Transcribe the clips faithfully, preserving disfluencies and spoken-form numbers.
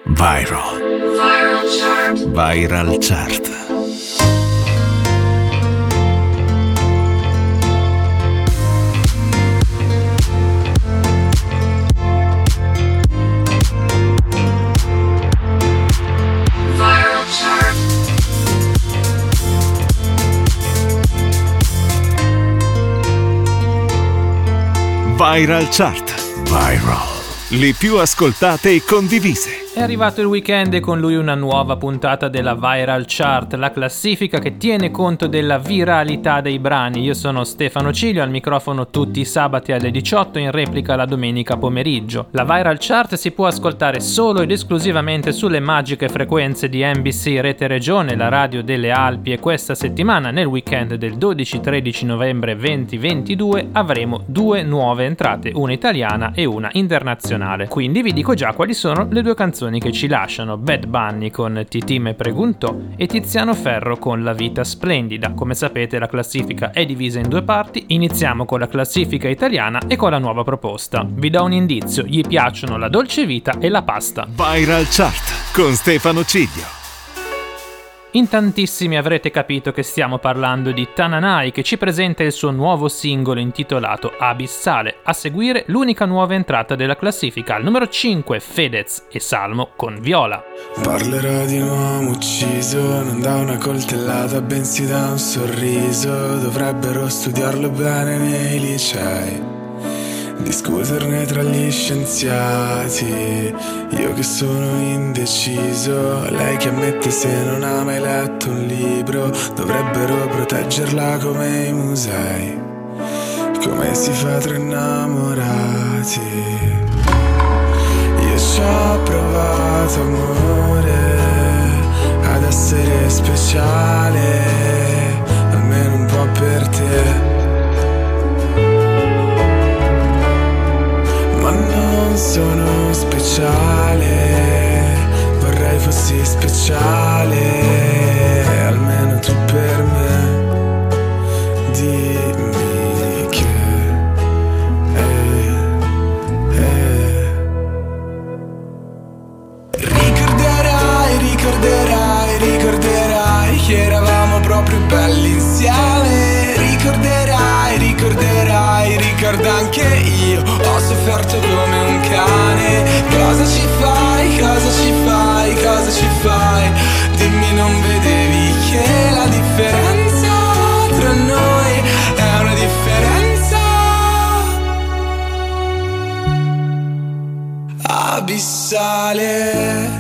Viral. Viral Chart. Viral Chart. Viral Chart. Viral. Le più ascoltate e condivise. È arrivato il weekend e con lui una nuova puntata della Viral Chart, la classifica che tiene conto della viralità dei brani. Io sono Stefano Cilio, al microfono tutti i sabati alle diciotto, in replica la domenica pomeriggio. La Viral Chart si può ascoltare solo ed esclusivamente sulle magiche frequenze di N B C Rete Regione, la radio delle Alpi, e questa settimana, nel weekend del dodici tredici novembre duemilaventidue, avremo due nuove entrate, una italiana e una internazionale. Quindi vi dico già quali sono le due canzoni che ci lasciano: Bad Bunny con Titì me preguntò e Tiziano Ferro con La vita splendida. Come sapete, la classifica è divisa in due parti. Iniziamo con la classifica italiana e con la nuova proposta. Vi do un indizio: gli piacciono la dolce vita e la pasta. Viral Chart con Stefano Ciglio. In tantissimi avrete capito che stiamo parlando di Tananai, che ci presenta il suo nuovo singolo intitolato Abissale. A seguire l'unica nuova entrata della classifica, al numero cinque, Fedez e Salmo con Viola. Parlerò di un uomo ucciso, non da una coltellata bensì da un sorriso. Dovrebbero studiarlo bene nei licei, discuterne tra gli scienziati. Io che sono indeciso, lei che ammette se non ha mai letto un libro. Dovrebbero proteggerla come i musei, come si fa tra innamorati. Io ci ho provato amore, ad essere speciale, almeno un po' per te. Ma non sono speciale, vorrei fossi speciale, almeno tu per me. Dimmi che eh, eh. Ricorderai, ricorderai, ricorderai che eravamo proprio belli insieme. Ricorderai, ricorderai, ricorda anche io, ho sofferto come un cane. Cosa ci fai, cosa ci fai, cosa ci fai? Dimmi, non vedevi che la differenza tra noi è una differenza abissale.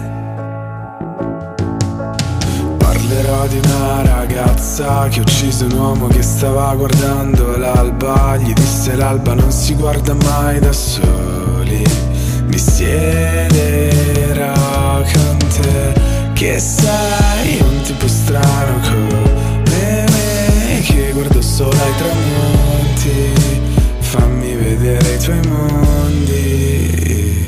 Parlerò di una ragazza che ha ucciso un uomo che stava guardando l'alba. Gli disse l'alba non si guarda mai da soli. Mi siederò con te, che sei un tipo strano come me, che guardo solo ai tramonti. Fammi vedere i tuoi mondi.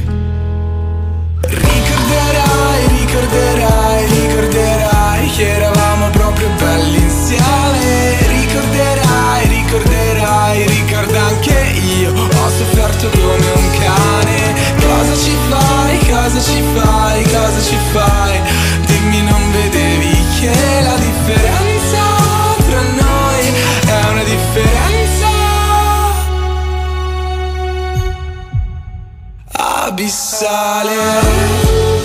Ricorderai, ricorderai, ricorderai che eravamo proprio belli insieme. Ricorderai, ricorderai, ricorda anche io, ho sofferto come un cane. Cosa ci fai, cosa ci fai, cosa ci fai? Dimmi, non vedevi che la differenza tra noi è una differenza abissale.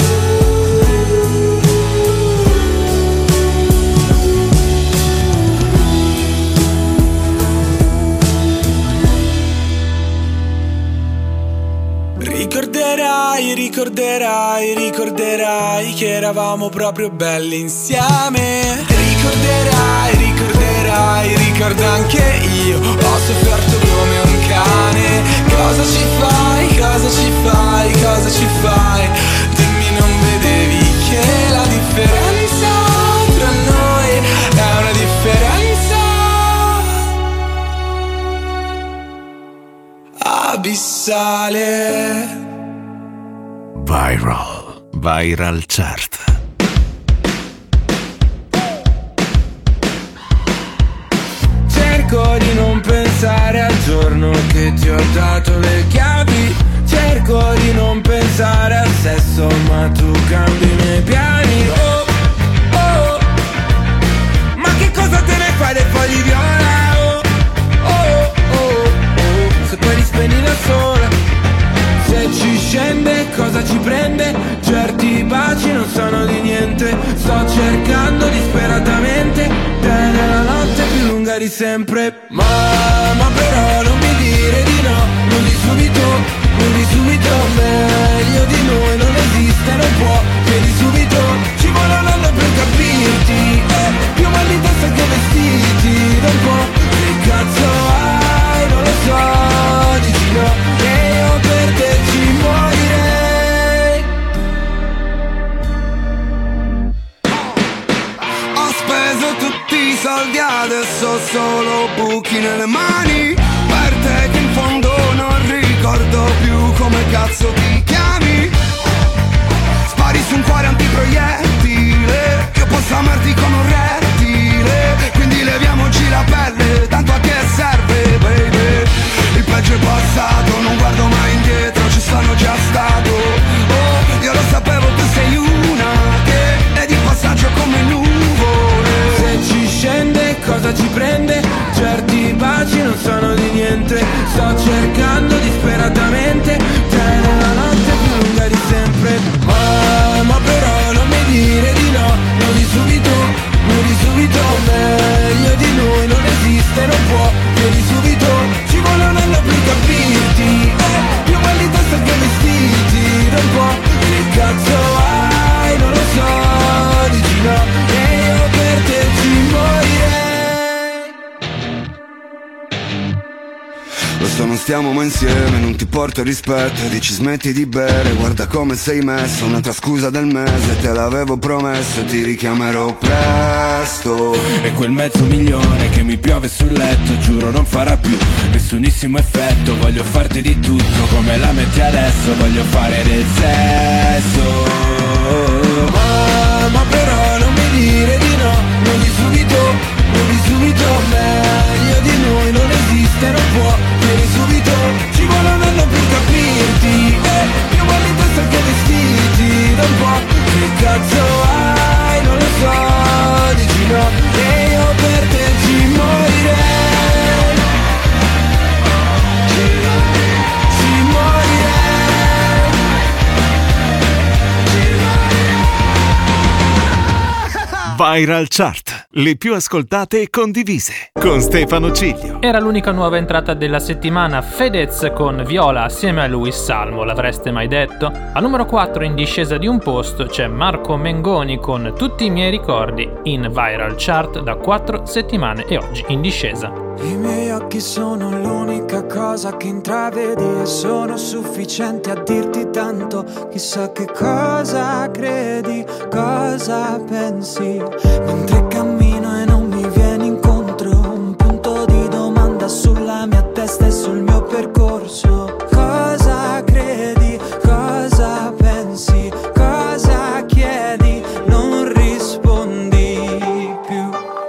Ricorderai, ricorderai, ricorderai che eravamo proprio belli insieme. Ricorderai, ricorderai, ricorda anche io, ho sofferto come un cane. Cosa ci fai, cosa ci fai, cosa ci fai? Dimmi, non vedevi che la differenza tra noi è una differenza abissale. Viral. Viral Chart. Cerco di non pensare al giorno che ti ho dato le chiavi. Cerco cerco di non pensare al sesso, ma tu cambi i miei piani. Oh, oh, ma che cosa te ne fai dei fogli viola? Oh, oh, oh, oh, se poi li spegni da sola. Se ci scende cosa ci prende? Certi baci non sono di niente. Sto cercando disperatamente te nella notte più lunga di sempre. Ma, ma però non mi dire di no, non di subito, non di subito. Meglio di noi non esiste, non può. Chiedi subito, ci vuole un anno per capirti. Eh, più mal di testa che vestiti da un po'. Che cazzo hai? Non lo so, dici no. E io per te ci morirei. Ho speso tutti i soldi, adesso ho solo buchi nelle mani. Per te che in fondo non ricordo più come cazzo ti chiami. Spari su un cuore antiproiettile, io posso amarti come un rettile. Quindi leviamoci la pelle, tanto a che serve, baby. Il peggio è passato, non guardo mai indietro, ci sono già stato. Oh, io lo sapevo, tu sei una che è di passaggio come nuvole. Se ci scende cosa ci prende? Certi baci non sono di niente. Sto cercando disperatamente te nella notte più lunga di sempre. Ma, ma però non mi dire di no, non di subito, non di subito. Meglio di noi non esiste, non può. Chiedi subito, ci vuole un anno per capirti. Eh, più mal di testa che vestiti da un po'. Che cazzo hai? Non lo so, dici no. E io per te ci morirei. Lo so non stiamo mai insieme, non ti porto rispetto. Dici smetti di bere, guarda come sei messo. Un'altra scusa del mese, te l'avevo promesso e ti richiamerò presto. E quel mezzo milione che mi piove sul letto, giuro non farà più nessunissimo effetto. Voglio farti di tutto come la metti adesso, voglio fare del sesso. Ma, ma però non mi dire di no, non di subito, non di subito. Meglio di noi non esiste, non può. Vieni subito, ci vuole un anno per capirti. Eh, più mal di testa che vestiti da un po'. Che cazzo hai? Non lo so, dici no. E io per te ci morirei. Ci morirei. Viral Chart, le più ascoltate e condivise, con Stefano Ciglio. Era l'unica nuova entrata della settimana, Fedez con Viola assieme a Luis Salmo, l'avreste mai detto? Al numero quattro in discesa di un posto c'è Marco Mengoni con Tutti i miei ricordi in Viral Chart da quattro settimane e oggi in discesa. I miei occhi sono l'unica cosa che intravedi e sono sufficienti a dirti tanto. Chissà che cosa credi, cosa pensi, mentre cammino e non mi vieni incontro. Un punto di domanda sulla mia testa e sul mio percorso. Cosa credi, cosa pensi, cosa chiedi, non rispondi più.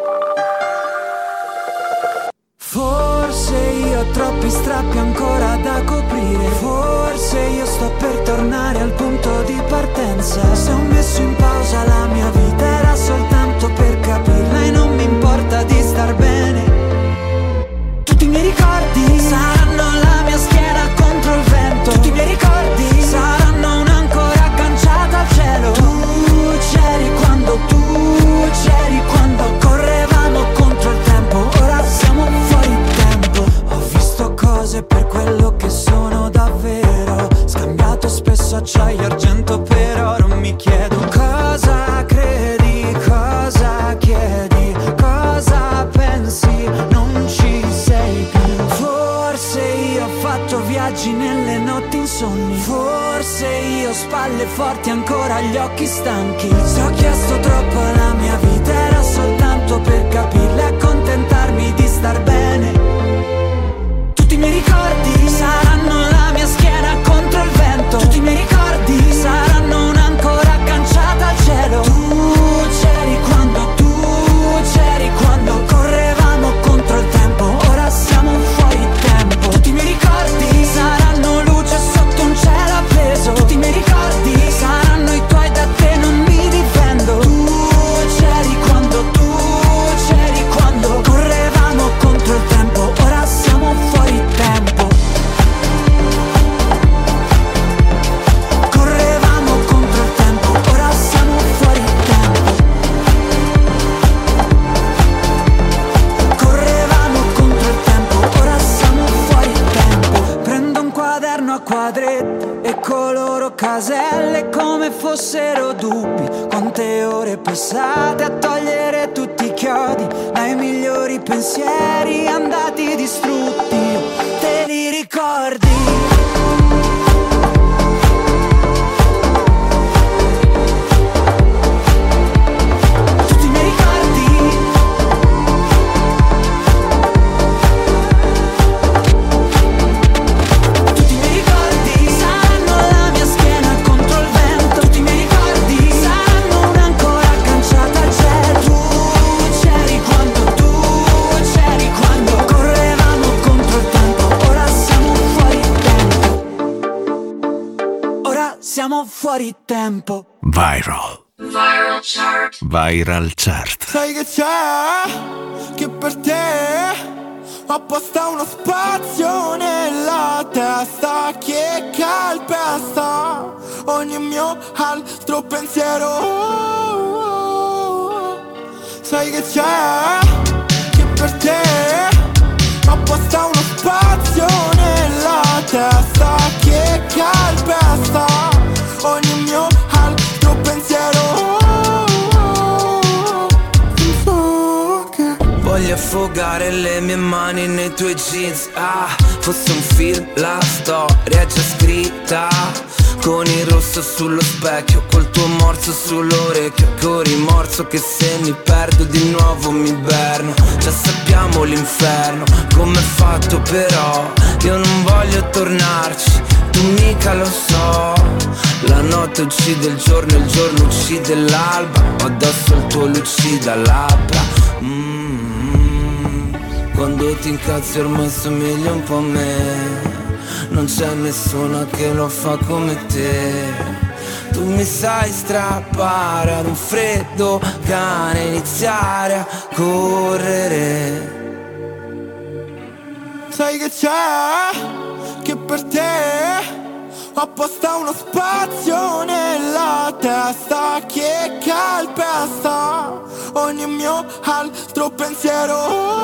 Forse io ho troppi strappi ancora da coprire. Forse io sto per tornare al punto di partenza. Se ho messo in pausa la mia vita era soltanto per capirla e non mi importa di star bene. Tutti i miei ricordi saranno la mia schiena contro il vento. Tutti i miei ricordi saranno un'ancora agganciata al cielo. Tu c'eri quando, tu c'eri quando correvamo contro il tempo. Ora siamo fuori tempo. Ho visto cose per quello che sono davvero. Scambiato spesso acciaio, argento per oro. Mi chiedo cosa credi, cosa chiedi, cosa pensi, non ci sei più. Forse io ho fatto viaggi nelle notti insonni. Forse io ho spalle forti ancora gli occhi stanchi. Se ho chiesto troppo alla mia vita era soltanto per capirla e accontentarmi di star bene. Tutti i miei ricordi saranno la mia schiena contro il vento. Tutti i miei ricordi saranno un'ancora agganciata al cielo. Tu c'eri quando, tu c'eri quando correvamo contro il tempo. Ora siamo fuori tempo. Tutti i miei ricordi saranno luce sotto un cielo fossero dubbi, quante ore passate a togliere tutti i chiodi dai migliori pensieri andati distrutti. Te li ricordi? Siamo fuori tempo. Viral. Viral chart. Viral chart. Sai che c'è? Che per te ho apposta uno spazio nella testa che calpesta ogni mio altro pensiero. Sai che c'è? Che per te ho apposta uno spazio nella testa che calpesta ogni mio altro pensiero. So che voglio affogare le mie mani nei tuoi jeans. Ah, fosse un film, la storia è già scritta. Con il rosso sullo specchio, col tuo morso sull'orecchio. Con rimorso che se mi perdo di nuovo mi inverno. Già sappiamo l'inferno, com'è fatto però io non voglio tornarci, tu mica lo so. La notte uccide il giorno, il giorno uccide l'alba. Ho addosso il tuo lucida labbra. mm-hmm. Quando ti incazzi ormai somigli un po' a me. Non c'è nessuno che lo fa come te. Tu mi sai strappare ad un freddo cane, iniziare a correre. Sai che c'è? Che per te ho apposta uno spazio nella testa che calpesta ogni mio altro pensiero.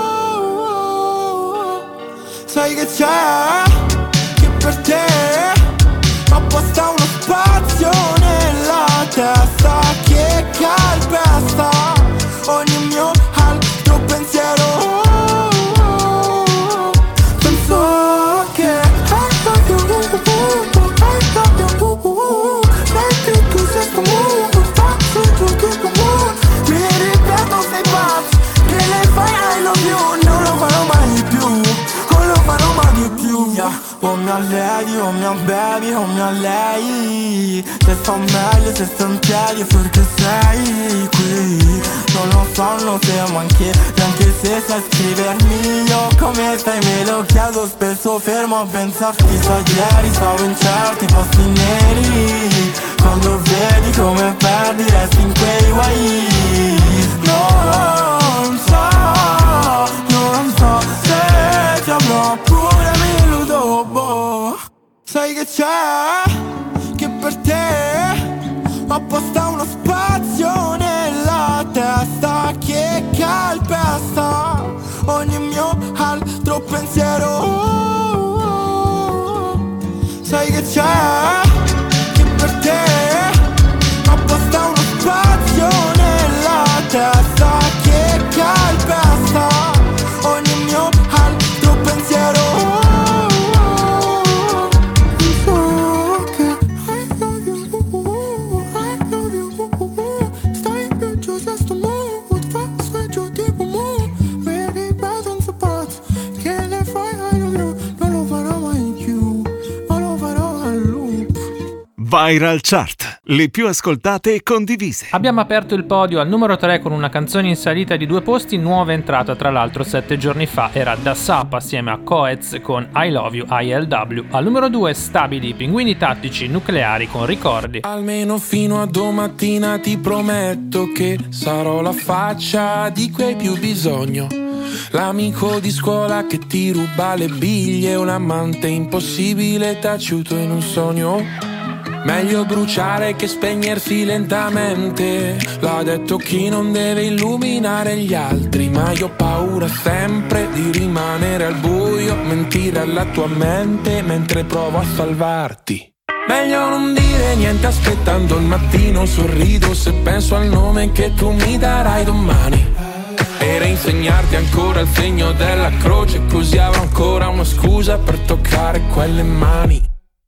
Sai che c'è? Che per te ho apposta uno spazio nella testa che calpesta ogni mio altro pensiero. Penso che mi ripeto sei pazzo, che le fai I love you. Non lo farò mai più, non lo farò mai più, yeah. Oh mia lady, oh mia baby, oh mia lei. Se sto meglio, se sto in piedi perché sei qui. Non lo so, non se manchi, anche se sai scrivermi. Io come stai me lo chiedo spesso, fermo a pensarti. So ieri stavo in certi posti neri, quando vedi come perdi resti in quei guai. Non so, non so se ti avrò pure mi illudo, boh. Sai che c'è? Che per te ho apposta uno spazio nella testa che calpesta ogni mio altro pensiero. Sai che c'è? Che per te ho apposta uno spazio nella testa che calpesta ogni mio altro pensiero. Viral Chart, le più ascoltate e condivise. Abbiamo aperto il podio al numero tre con una canzone in salita di due posti, nuova entrata tra l'altro sette giorni fa, era Da Sap assieme a Coez con I Love You I L W. Al numero due Stabili, Pinguini Tattici Nucleari con Ricordi. Almeno fino a domattina ti prometto che sarò la faccia di cui hai più bisogno. L'amico di scuola che ti ruba le biglie, un amante impossibile taciuto in un sogno. Meglio bruciare che spegnersi lentamente, l'ha detto chi non deve illuminare gli altri. Ma io ho paura sempre di rimanere al buio, mentire alla tua mente mentre provo a salvarti. Meglio non dire niente aspettando il mattino. Sorrido se penso al nome che tu mi darai domani. E reinsegnarti ancora il segno della croce, così avrò ancora una scusa per toccare quelle mani.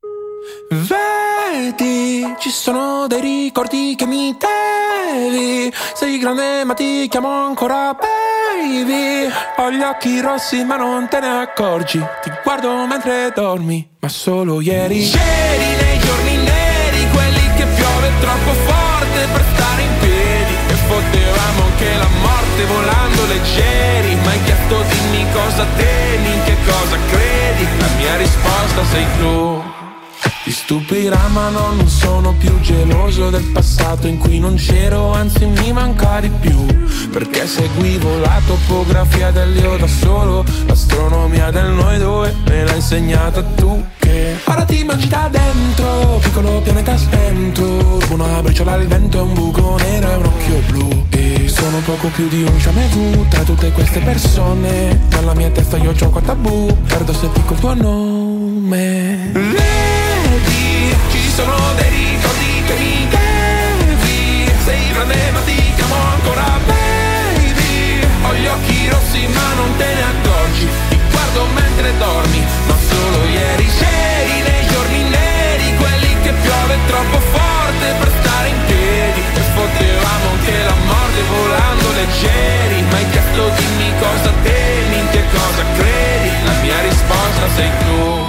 Vedi, ci sono dei ricordi che mi devi. Sei grande ma ti chiamo ancora baby. Ho gli occhi rossi ma non te ne accorgi. Ti guardo mentre dormi, ma solo ieri. Ieri nei giorni neri, quelli che piove troppo forte per stare in piedi. E potevamo anche la morte volando leggeri. Ma hai chiesto dimmi cosa temi, in che cosa credi. La mia risposta sei tu. Ti stupirà ma no, non sono più geloso del passato in cui non c'ero, anzi mi manca di più. Perché seguivo la topografia dell'io da solo, l'astronomia del noi due me l'ha insegnata tu. Che ora ti mangi da dentro, piccolo pianeta spento. Una briciola al vento e un buco nero e un occhio blu. E sono poco più di un jamais vu tra tutte queste persone. Nella mia testa io gioco a tabù, perdo se dico il tuo nome. Vedi, ci sono dei ricordi che mi devi. Sei grande ma ti chiamo ancora baby. Ho gli occhi rossi ma non te ne accorgi. Ti guardo mentre dormi, ma solo ieri. C'eri nei giorni neri, quelli che piove troppo forte per stare in piedi. E potevamo anche la morte volando leggeri. Ma hai chiesto dimmi cosa temi, in che cosa credi. La mia risposta sei tu.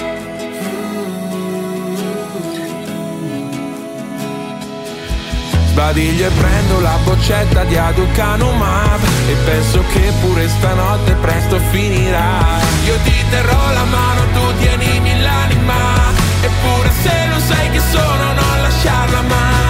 Sbadiglio e prendo la boccetta di Aducanumab e penso che pure stanotte presto finirà. Io ti terrò la mano, tu tienimi l'anima. Eppure se non sai che sono, non lasciarla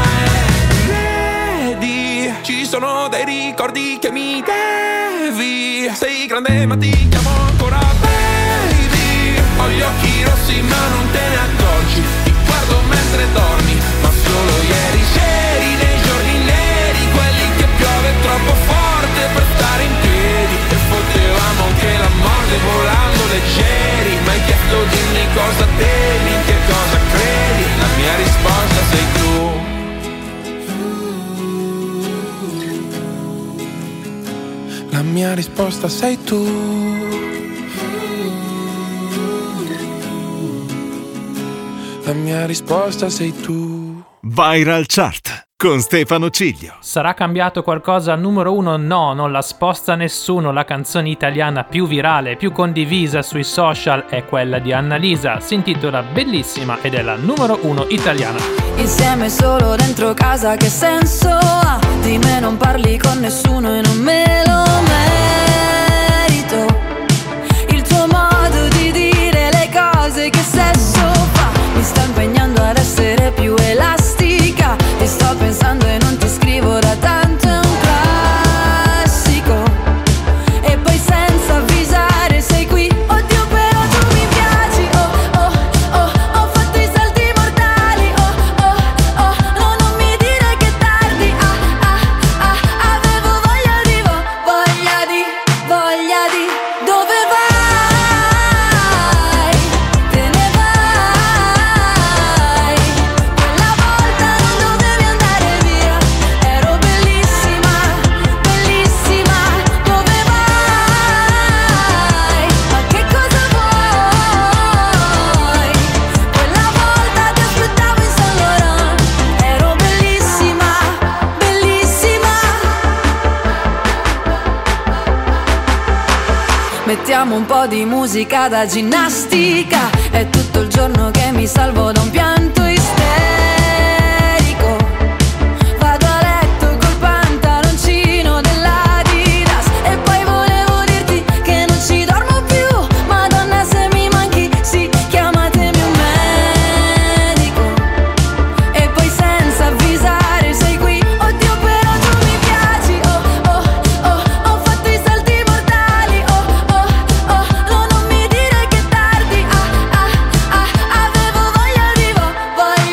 mai. Vedi, ci sono dei ricordi che mi devi. Sei grande ma ti chiamo ancora baby. Ho gli occhi rossi ma non te ne accorgi. Ti guardo mentre dormi, ma solo ieri. C'eri nei giorni neri, quelli che piove troppo forte per stare in piedi. E potevamo anche la morte volando leggeri. Ma hai chiesto dimmi cosa temi, in che cosa credi. La mia risposta sei tu. La mia risposta sei tu. La mia risposta sei tu. Viral Chart con Stefano Ciglio. Sarà cambiato qualcosa al numero uno? No, non la sposta nessuno. La canzone italiana più virale, più condivisa sui social è quella di Annalisa. Si intitola Bellissima ed è la numero uno italiana. Insieme solo dentro casa, che senso ha? Di me non parli con nessuno e non me lo merito. Il tuo modo di dire le cose, che sesso fa? Mi sto impegnando ad essere più elastica. Ti sto pensando e non ti scrivo da tanto, è un classico. E poi senza avvisare sei qui. Oddio però tu mi piaci. Oh oh oh, ho fatto i salti mortali. Oh oh oh, no non mi dire che tardi. Ah ah ah, avevo voglia di, vo- voglia di, voglia di. Dove vai? Te ne vai. Quella volta non dovevi andare via. Ero bellissima, bellissima. Dove vai? Ma che cosa vuoi? Quella volta ti aspettavo in Saint Laurent. Ero bellissima, bellissima. Mettiamo un po' di musica da ginnastica. È tutto il giorno che mi salvo da un pianto isterico. Vado a letto col pantaloncino dell'Adidas. E poi volevo dirti che non ci dormo più. Madonna se mi manchi, sì, chiamatemi un medico. E poi senza avvisare sei qui. Oddio però tu mi piaci. Oh oh oh, ho fatto i salti mortali. Oh oh oh, no non mi dire che tardi. Ah ah ah, avevo voglia di, vo- voglia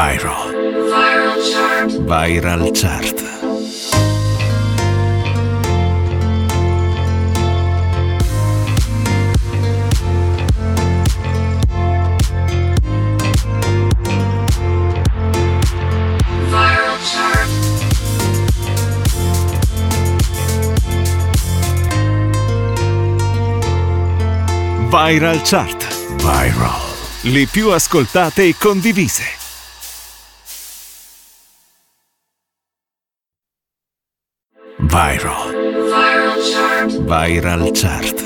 Viral. Viral Chart. Viral Chart. Viral Chart. Viral. Le più ascoltate e condivise. Viral. Viral Chart. Viral Chart.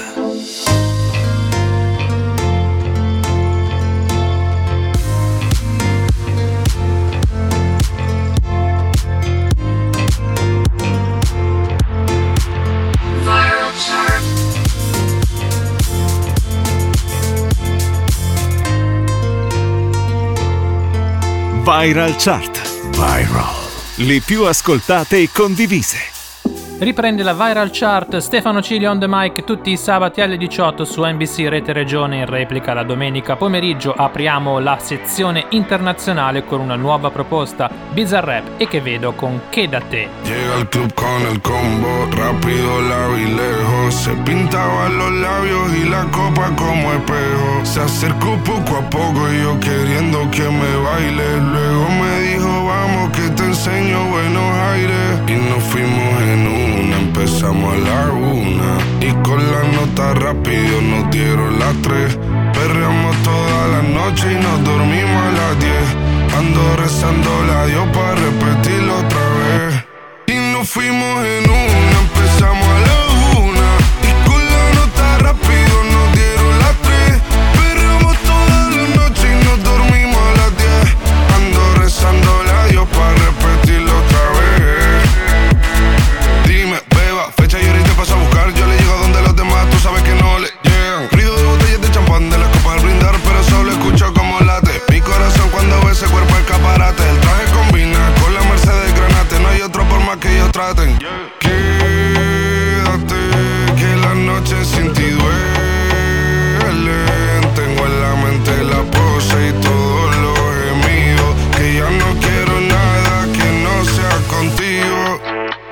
Viral Chart. Viral. Le più ascoltate e condivise. Riprende la Viral Chart Stefano Cilio on the mic tutti i sabati alle diciotto su N B C Rete Regione, in replica la domenica pomeriggio. Apriamo la sezione internazionale con una nuova proposta, Bizarrap, e che vedo con Quédate. Llega al club con el combo, rápido, largo y lejos. Se pintaba los labios y la copa como espejo. Se acercó poco a poco y yo queriendo que me baile. Luego me dijo vamos que te enseño buenos aires. Y nos fuimos en una, empezamos a la una. Y con la nota rápido nos dieron las tres. Perreamos toda la noche y nos dormimos a las diez. Ando rezando la Dios para repetirlo otra vez. Y nos fuimos en una, empezamos a la una. Y con la nota rápido nos dieron las tres. Perreamos toda la noche y nos dormimos a las diez. Ando rezando la Dios para repetirlo otra vez. Dime, beba, fecha y ahorita paso a buscar. Yo le llego donde los demás, tú sabes que no le llegan. Ruido de botellas de champán, de las copas al brindar, pero solo escucho como late mi corazón cuando ve ese cuerpo escaparate. El traje combina con la Mercedes Granate. No hay otro por más que ellos traten. Quédate, que la noche sin ti duele. Tengo en la mente la pose y todos los gemidos. Que ya no quiero nada que no sea contigo.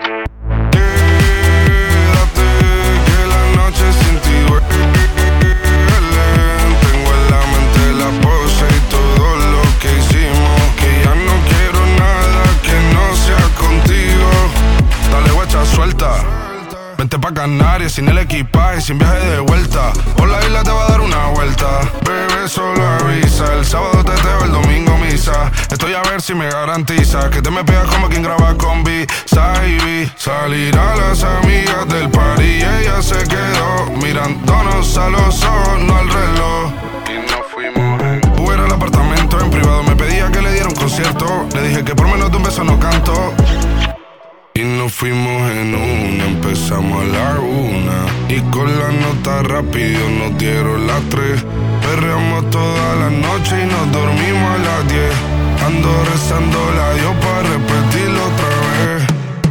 Vente pa' Canarias sin el equipaje, sin viaje de vuelta. Por la isla te va a dar una vuelta. Bebé, solo avisa. El sábado teteo, el domingo misa. Estoy a ver si me garantiza que te me pegas como quien graba con B-Side. Salir a las amigas del party y ella se quedó mirándonos a los ojos, no al reloj. Y nos fuimos en Uber al apartamento en privado. Me pedía que le diera un concierto. Le dije que por menos de un beso no canto. Y nos fuimos en una, empezamos a la una. Y con la nota rápido nos dieron las tres. Perreamos toda la noche y nos dormimos a las diez. Ando rezando la Dios para repetirlo otra vez.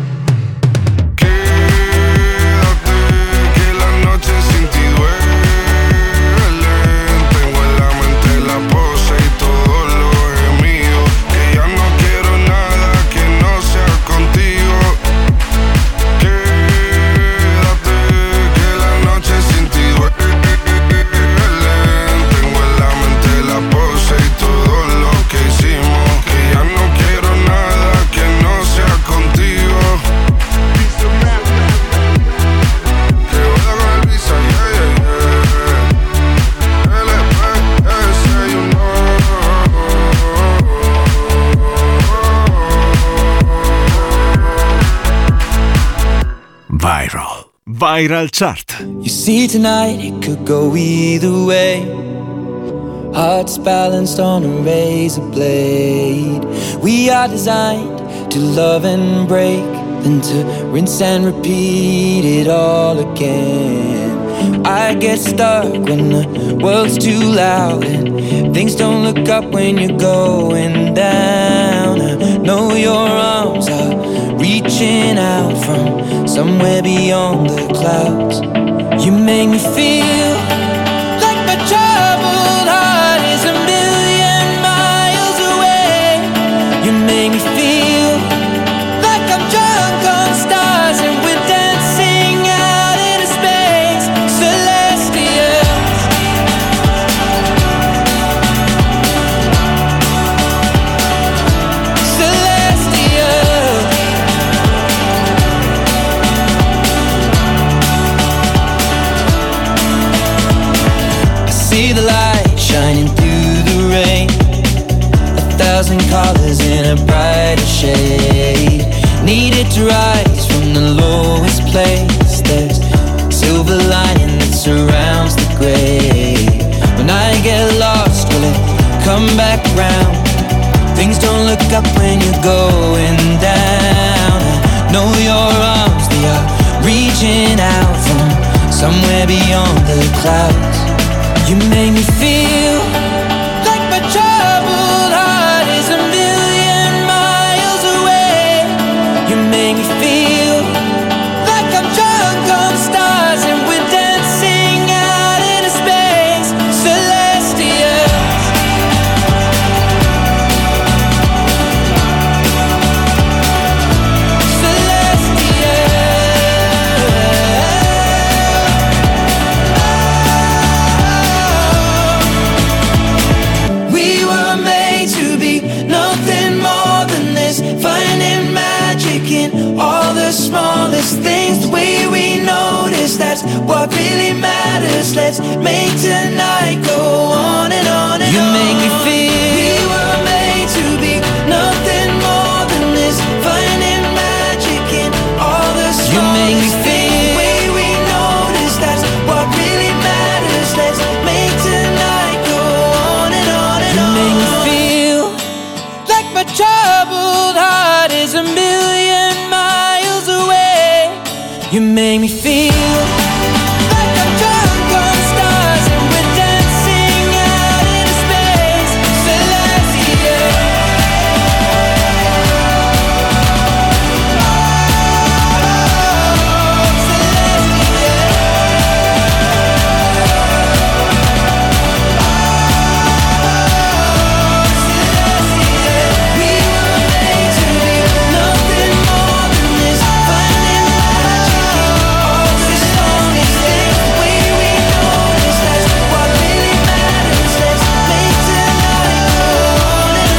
Quédate, que la noche sin ti duele. Tengo en la mente la pose y todos los gemidos. Que ya no quiero nada que no sea contigo. Viral. Viral Chart. You see tonight it could go either way. Hearts balanced on a razor blade. We are designed to love and break, then to rinse and repeat it all again. I get stuck when the world's too loud and things don't look up when you're going down. I know your arms are reaching out from somewhere beyond the clouds. You make me feel like my troubled heart is a million miles away. shining through the rain. A thousand colors in a brighter shade. Needed to rise from the lowest place. There's silver lining that surrounds the gray. When I get lost, will it come back round? Things don't look up when you're going down. I know your arms, they are reaching out from somewhere beyond the clouds. You make me feel like my troubled heart is a million miles away. You make me feel like I'm drunk on stars and we're dancing out into space, celestial. All the smallest things, the way we notice, that's what really matters. Let's make tonight go on and on and you on. You make me feel we were made to be nothing more than this, finding magic in all the smallest you make me feel things, the way we notice, that's what really matters. Let's make tonight go on and on and you on. You make me feel like my troubled heart is a million miles away. You make me feel like I'm drunk on stars and we're dancing out into space, celestial. Oh, celestial. Oh, celestial. We were made to be nothing more than this, finding magic in all the smallest things, the way we notice, that's what really matters. Let's make tonight go on and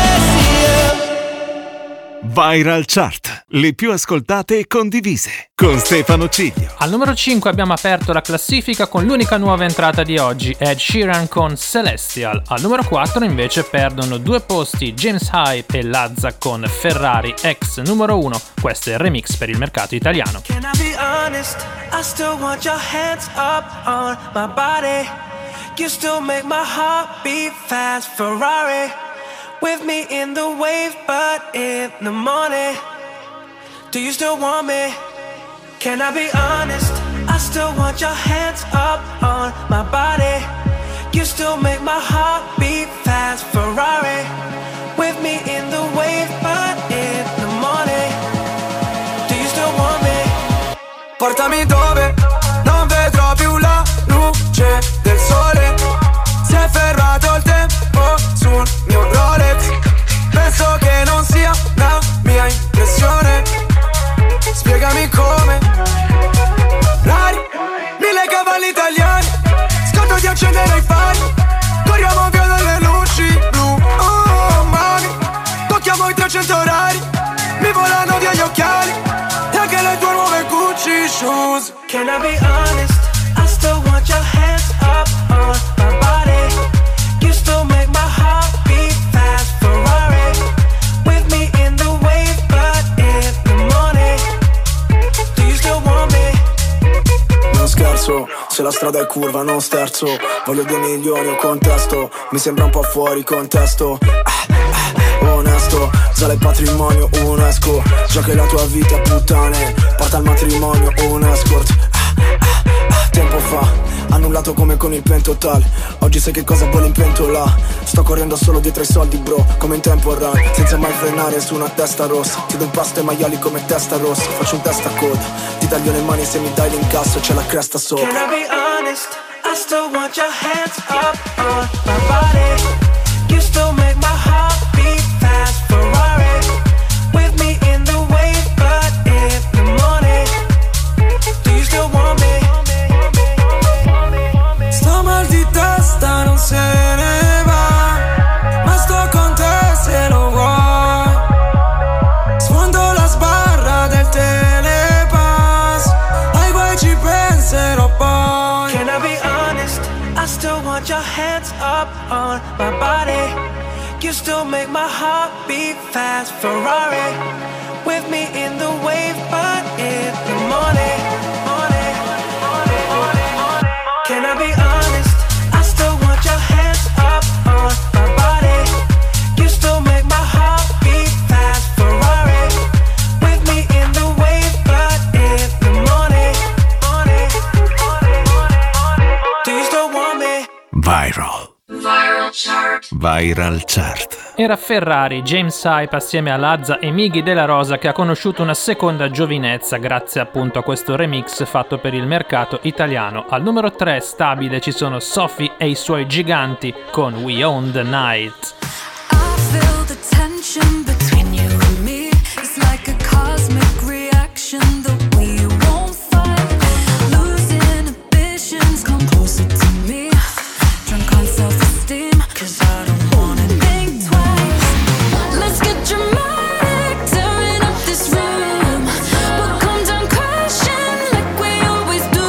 celestial. Viral Chart, le più ascoltate e condivise, con Stefano Ciglio. Al numero cinque abbiamo aperto la classifica con l'unica nuova entrata di oggi, Ed Sheeran con Celestial. Al numero quattro invece perdono due posti James Hype e Lazza con Ferrari, ex numero uno. Questo è il remix per il mercato italiano. Can I be honest? I still want your hands up on my body. You still make my heart beat fast. Ferrari with me in the wave, but in the morning. Do you still want me? Can I be honest? I still want your hands up on my body. You still make my heart beat fast. Ferrari with me in the wave, but in the morning. Do you still want me? Portami dove non vedrò più la luce del sole. Si è fermato il tempo sul mio Rolex. Penso che non sia una mia impressione. Spiegami come. Rari, mille cavalli italiani. Scotto di accendere i fari. Corriamo via dalle luci blu. Oh mami, tocchiamo i trecento orari. Mi volano via gli occhiali e anche le tue nuove Gucci shoes. Can I be honest? I still want your hands up on my body. You still make my heart beat fast. Ferrari with me in the wave, but in the morning. Do you still want me? Non scherzo, se la strada è curva non sterzo. Voglio due milioni o contesto. Mi sembra un po' fuori contesto. ah, ah, Onesto, sale il patrimonio, un esco. Già che la tua vita è puttane. Porta al matrimonio, un escort. ah, ah, ah, Tempo fa, annullato come con il pentotal. Oggi sai che cosa vuole in pentola. Sto correndo solo dietro ai soldi bro, come in tempo run. Senza mai frenare su una testa rossa. Ti do impasto ai maiali come testa rossa. Faccio un testa coda, ti taglio le mani se mi dai l'incasso e c'è la cresta sopra. Can I be honest? I still want your hands up on my body. You still make my heart beat fast. Ferrari with me in the wave, but in the morning. Do you still want me? Sto mal di testa, non se ne va, ma sto con te se lo vuoi. Sfondo la sbarra del telepass, ai guai ci penserò poi. Can I be honest? I still want your hands up up on my body. You still make my heart beat fast. Ferrari, with me in the wave, but in the morning, morning, morning, morning, morning. Can I be honest? I still want your hands up on my body. You still make my heart beat fast. Ferrari, with me in the wave, but in the morning, morning, morning, morning. Do you still want me? Viral. Viral Chart. Viral Chart. Era Ferrari, James Hype assieme a Lazza e Miggy Della Rosa, che ha conosciuto una seconda giovinezza grazie appunto a questo remix fatto per il mercato italiano. Al numero tre stabile ci sono Sophie e i suoi giganti con We Own the Night. I feel the tension between you and me. It's like a cosmic reaction that we won't fight. Losing inhibitions, come closer to me. Drunk on self-esteem, cause I don't wanna think twice. Let's get dramatic, tearing up this room. We'll come down crashing like we always do.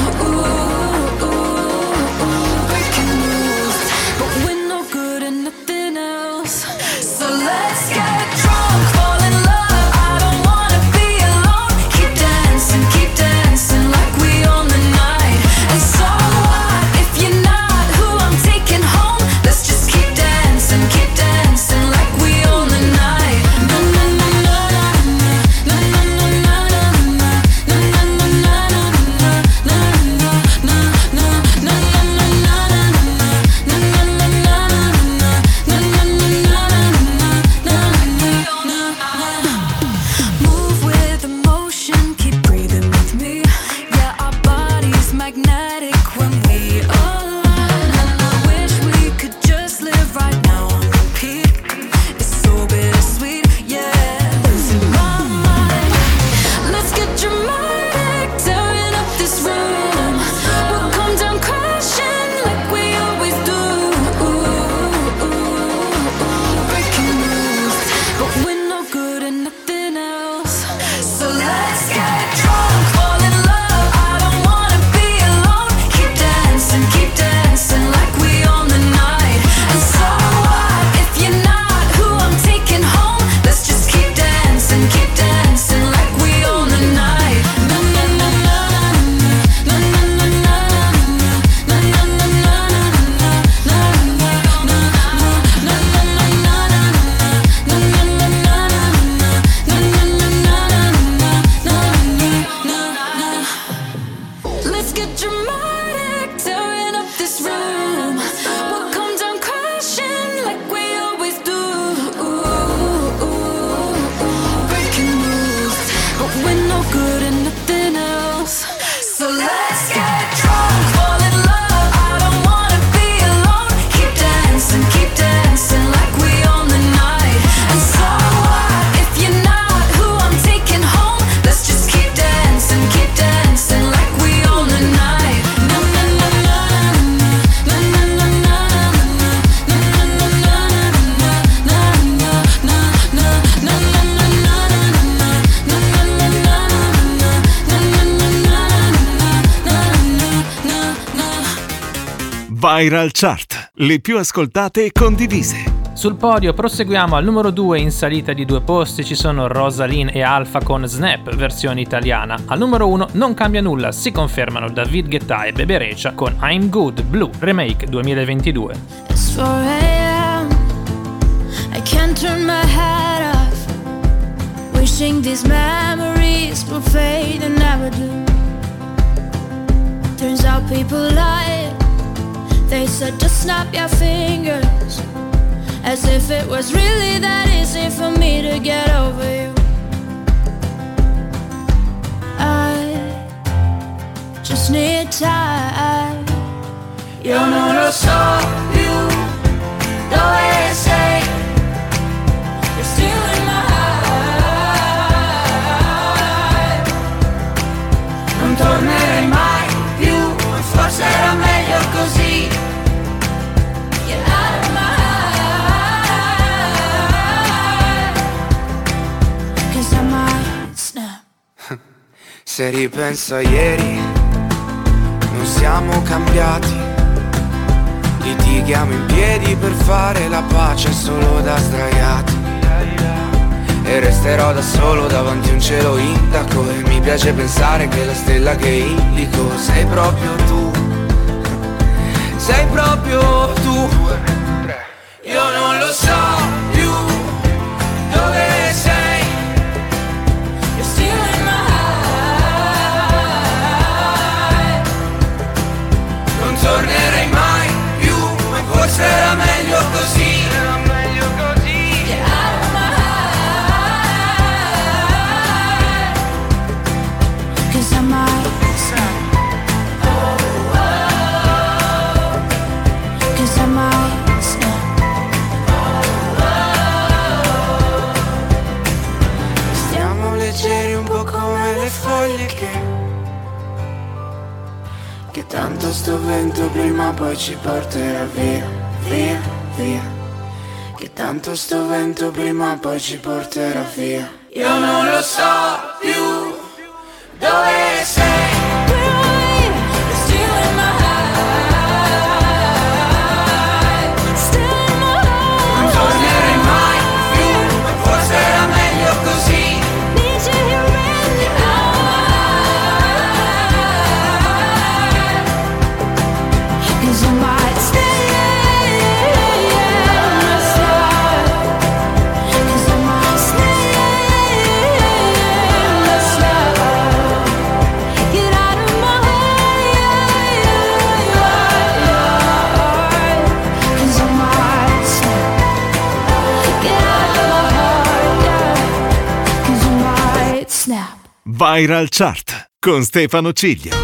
Breaking rules, but we're no good at nothing else. So let's get drunk, fall in love. I don't wanna be alone. Keep dancing, keep dancing like we own the night. And so what if you're not who I'm taking home? Let's just keep dancing, keep dancing like we own the night. Na na na na na na na na na na na na na na Move with emotion, keep breathing with me. Yeah, our bodies magnetic when we align. And I wish we could just live right now on repeat. It's so bittersweet, yeah, losing my mind. Let's get dramatic, tearing up this room. We'll come down crashing like we always do. Breaking rules, but we're no good at nothing else. So let's get drunk, fall in love. I don't wanna be alone. Keep dancing, keep dancing like we own the night. And so what if you're not who I'm taking home? Let's just keep dancing, keep dancing like we own the night. Na na na na na na na na na na na na Let's get dramatic, tearing up this room. We'll come down crashing like we always do. Breaking rules, but we're no good at nothing else. So let's get drunk, fall in love. I don't wanna be alone. Keep dancing, keep dancing like we own the night. And so what if you're not who I'm taking home? Let's just keep dancing, keep dancing like we own the night. Na na na na na na na na na na na Viral Chart, le più ascoltate e condivise. Sul podio proseguiamo al numero due in salita di due posti, ci sono Rosaline e Alfa con Snap, versione italiana. Al numero uno non cambia nulla, si confermano David Guetta e Bebe Rexha con I'm Good, Blue, remake duemilaventidue. It's four a.m. I can't turn my head off. Wishing these memories will fade and never do. Turns out people lie. They said just snap your fingers, as if it was really that easy for me to get over you. I just need time. Io non lo so più dove sei. You're still in my heart. Non tornerei mai più, ma forse era meglio così. Get out of my heart, 'cause I might snap. Se ripenso a ieri, non siamo cambiati. Litighi preghiamo in piedi per fare la pace solo da sdraiati. E resterò da solo davanti a un cielo intaco. E mi piace pensare che la stella che indico sei proprio tu. Sei proprio tu. Io non lo so più dove sei. You're still in my heart. Non tornerei mai più, ma forse era meglio così. Era meglio così. Get out of my heart. 'Cause I might snap. Oh, oh. 'Cause I might snap. Leggeri un po' come le foglie che Che tanto sto vento prima o poi ci porterà via, via, via. Che tanto sto vento prima o poi ci porterà via. Io non lo so più dove sei. Non tornerei mai più, ma forse era meglio così. Viral Chart con Stefano Ciglio.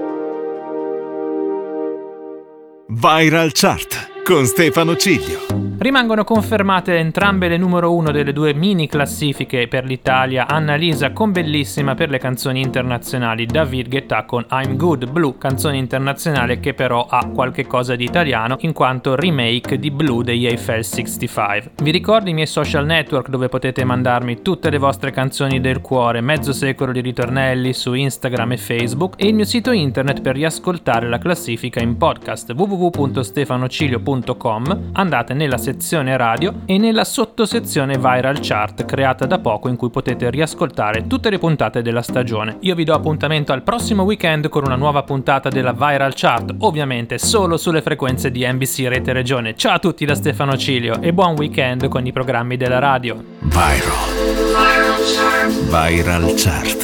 Viral Chart con Stefano Ciglio. Rimangono confermate entrambe le numero uno delle due mini classifiche per l'Italia, Annalisa con Bellissima per le canzoni internazionali, David Guetta con I'm Good Blue, canzone internazionale che però ha qualche cosa di italiano in quanto remake di Blue degli Eiffel sessantacinque. Vi ricordo i miei social network dove potete mandarmi tutte le vostre canzoni del cuore, mezzo secolo di ritornelli su Instagram e Facebook, e il mio sito internet per riascoltare la classifica in podcast w w w punto stefanocilio punto com. Andate nella sezione radio e nella sottosezione Viral Chart creata da poco in cui potete riascoltare tutte le puntate della stagione. Io vi do appuntamento al prossimo weekend con una nuova puntata della Viral Chart, ovviamente solo sulle frequenze di N B C Rete Regione. Ciao a tutti da Stefano Cilio e buon weekend con i programmi della radio. Viral. Viral Chart. Viral Chart.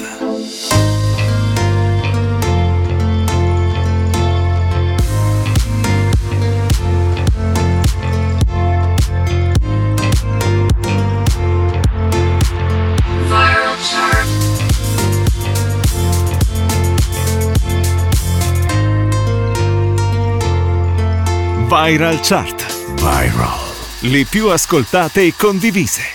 Viral Chart. Viral. Le più ascoltate e condivise.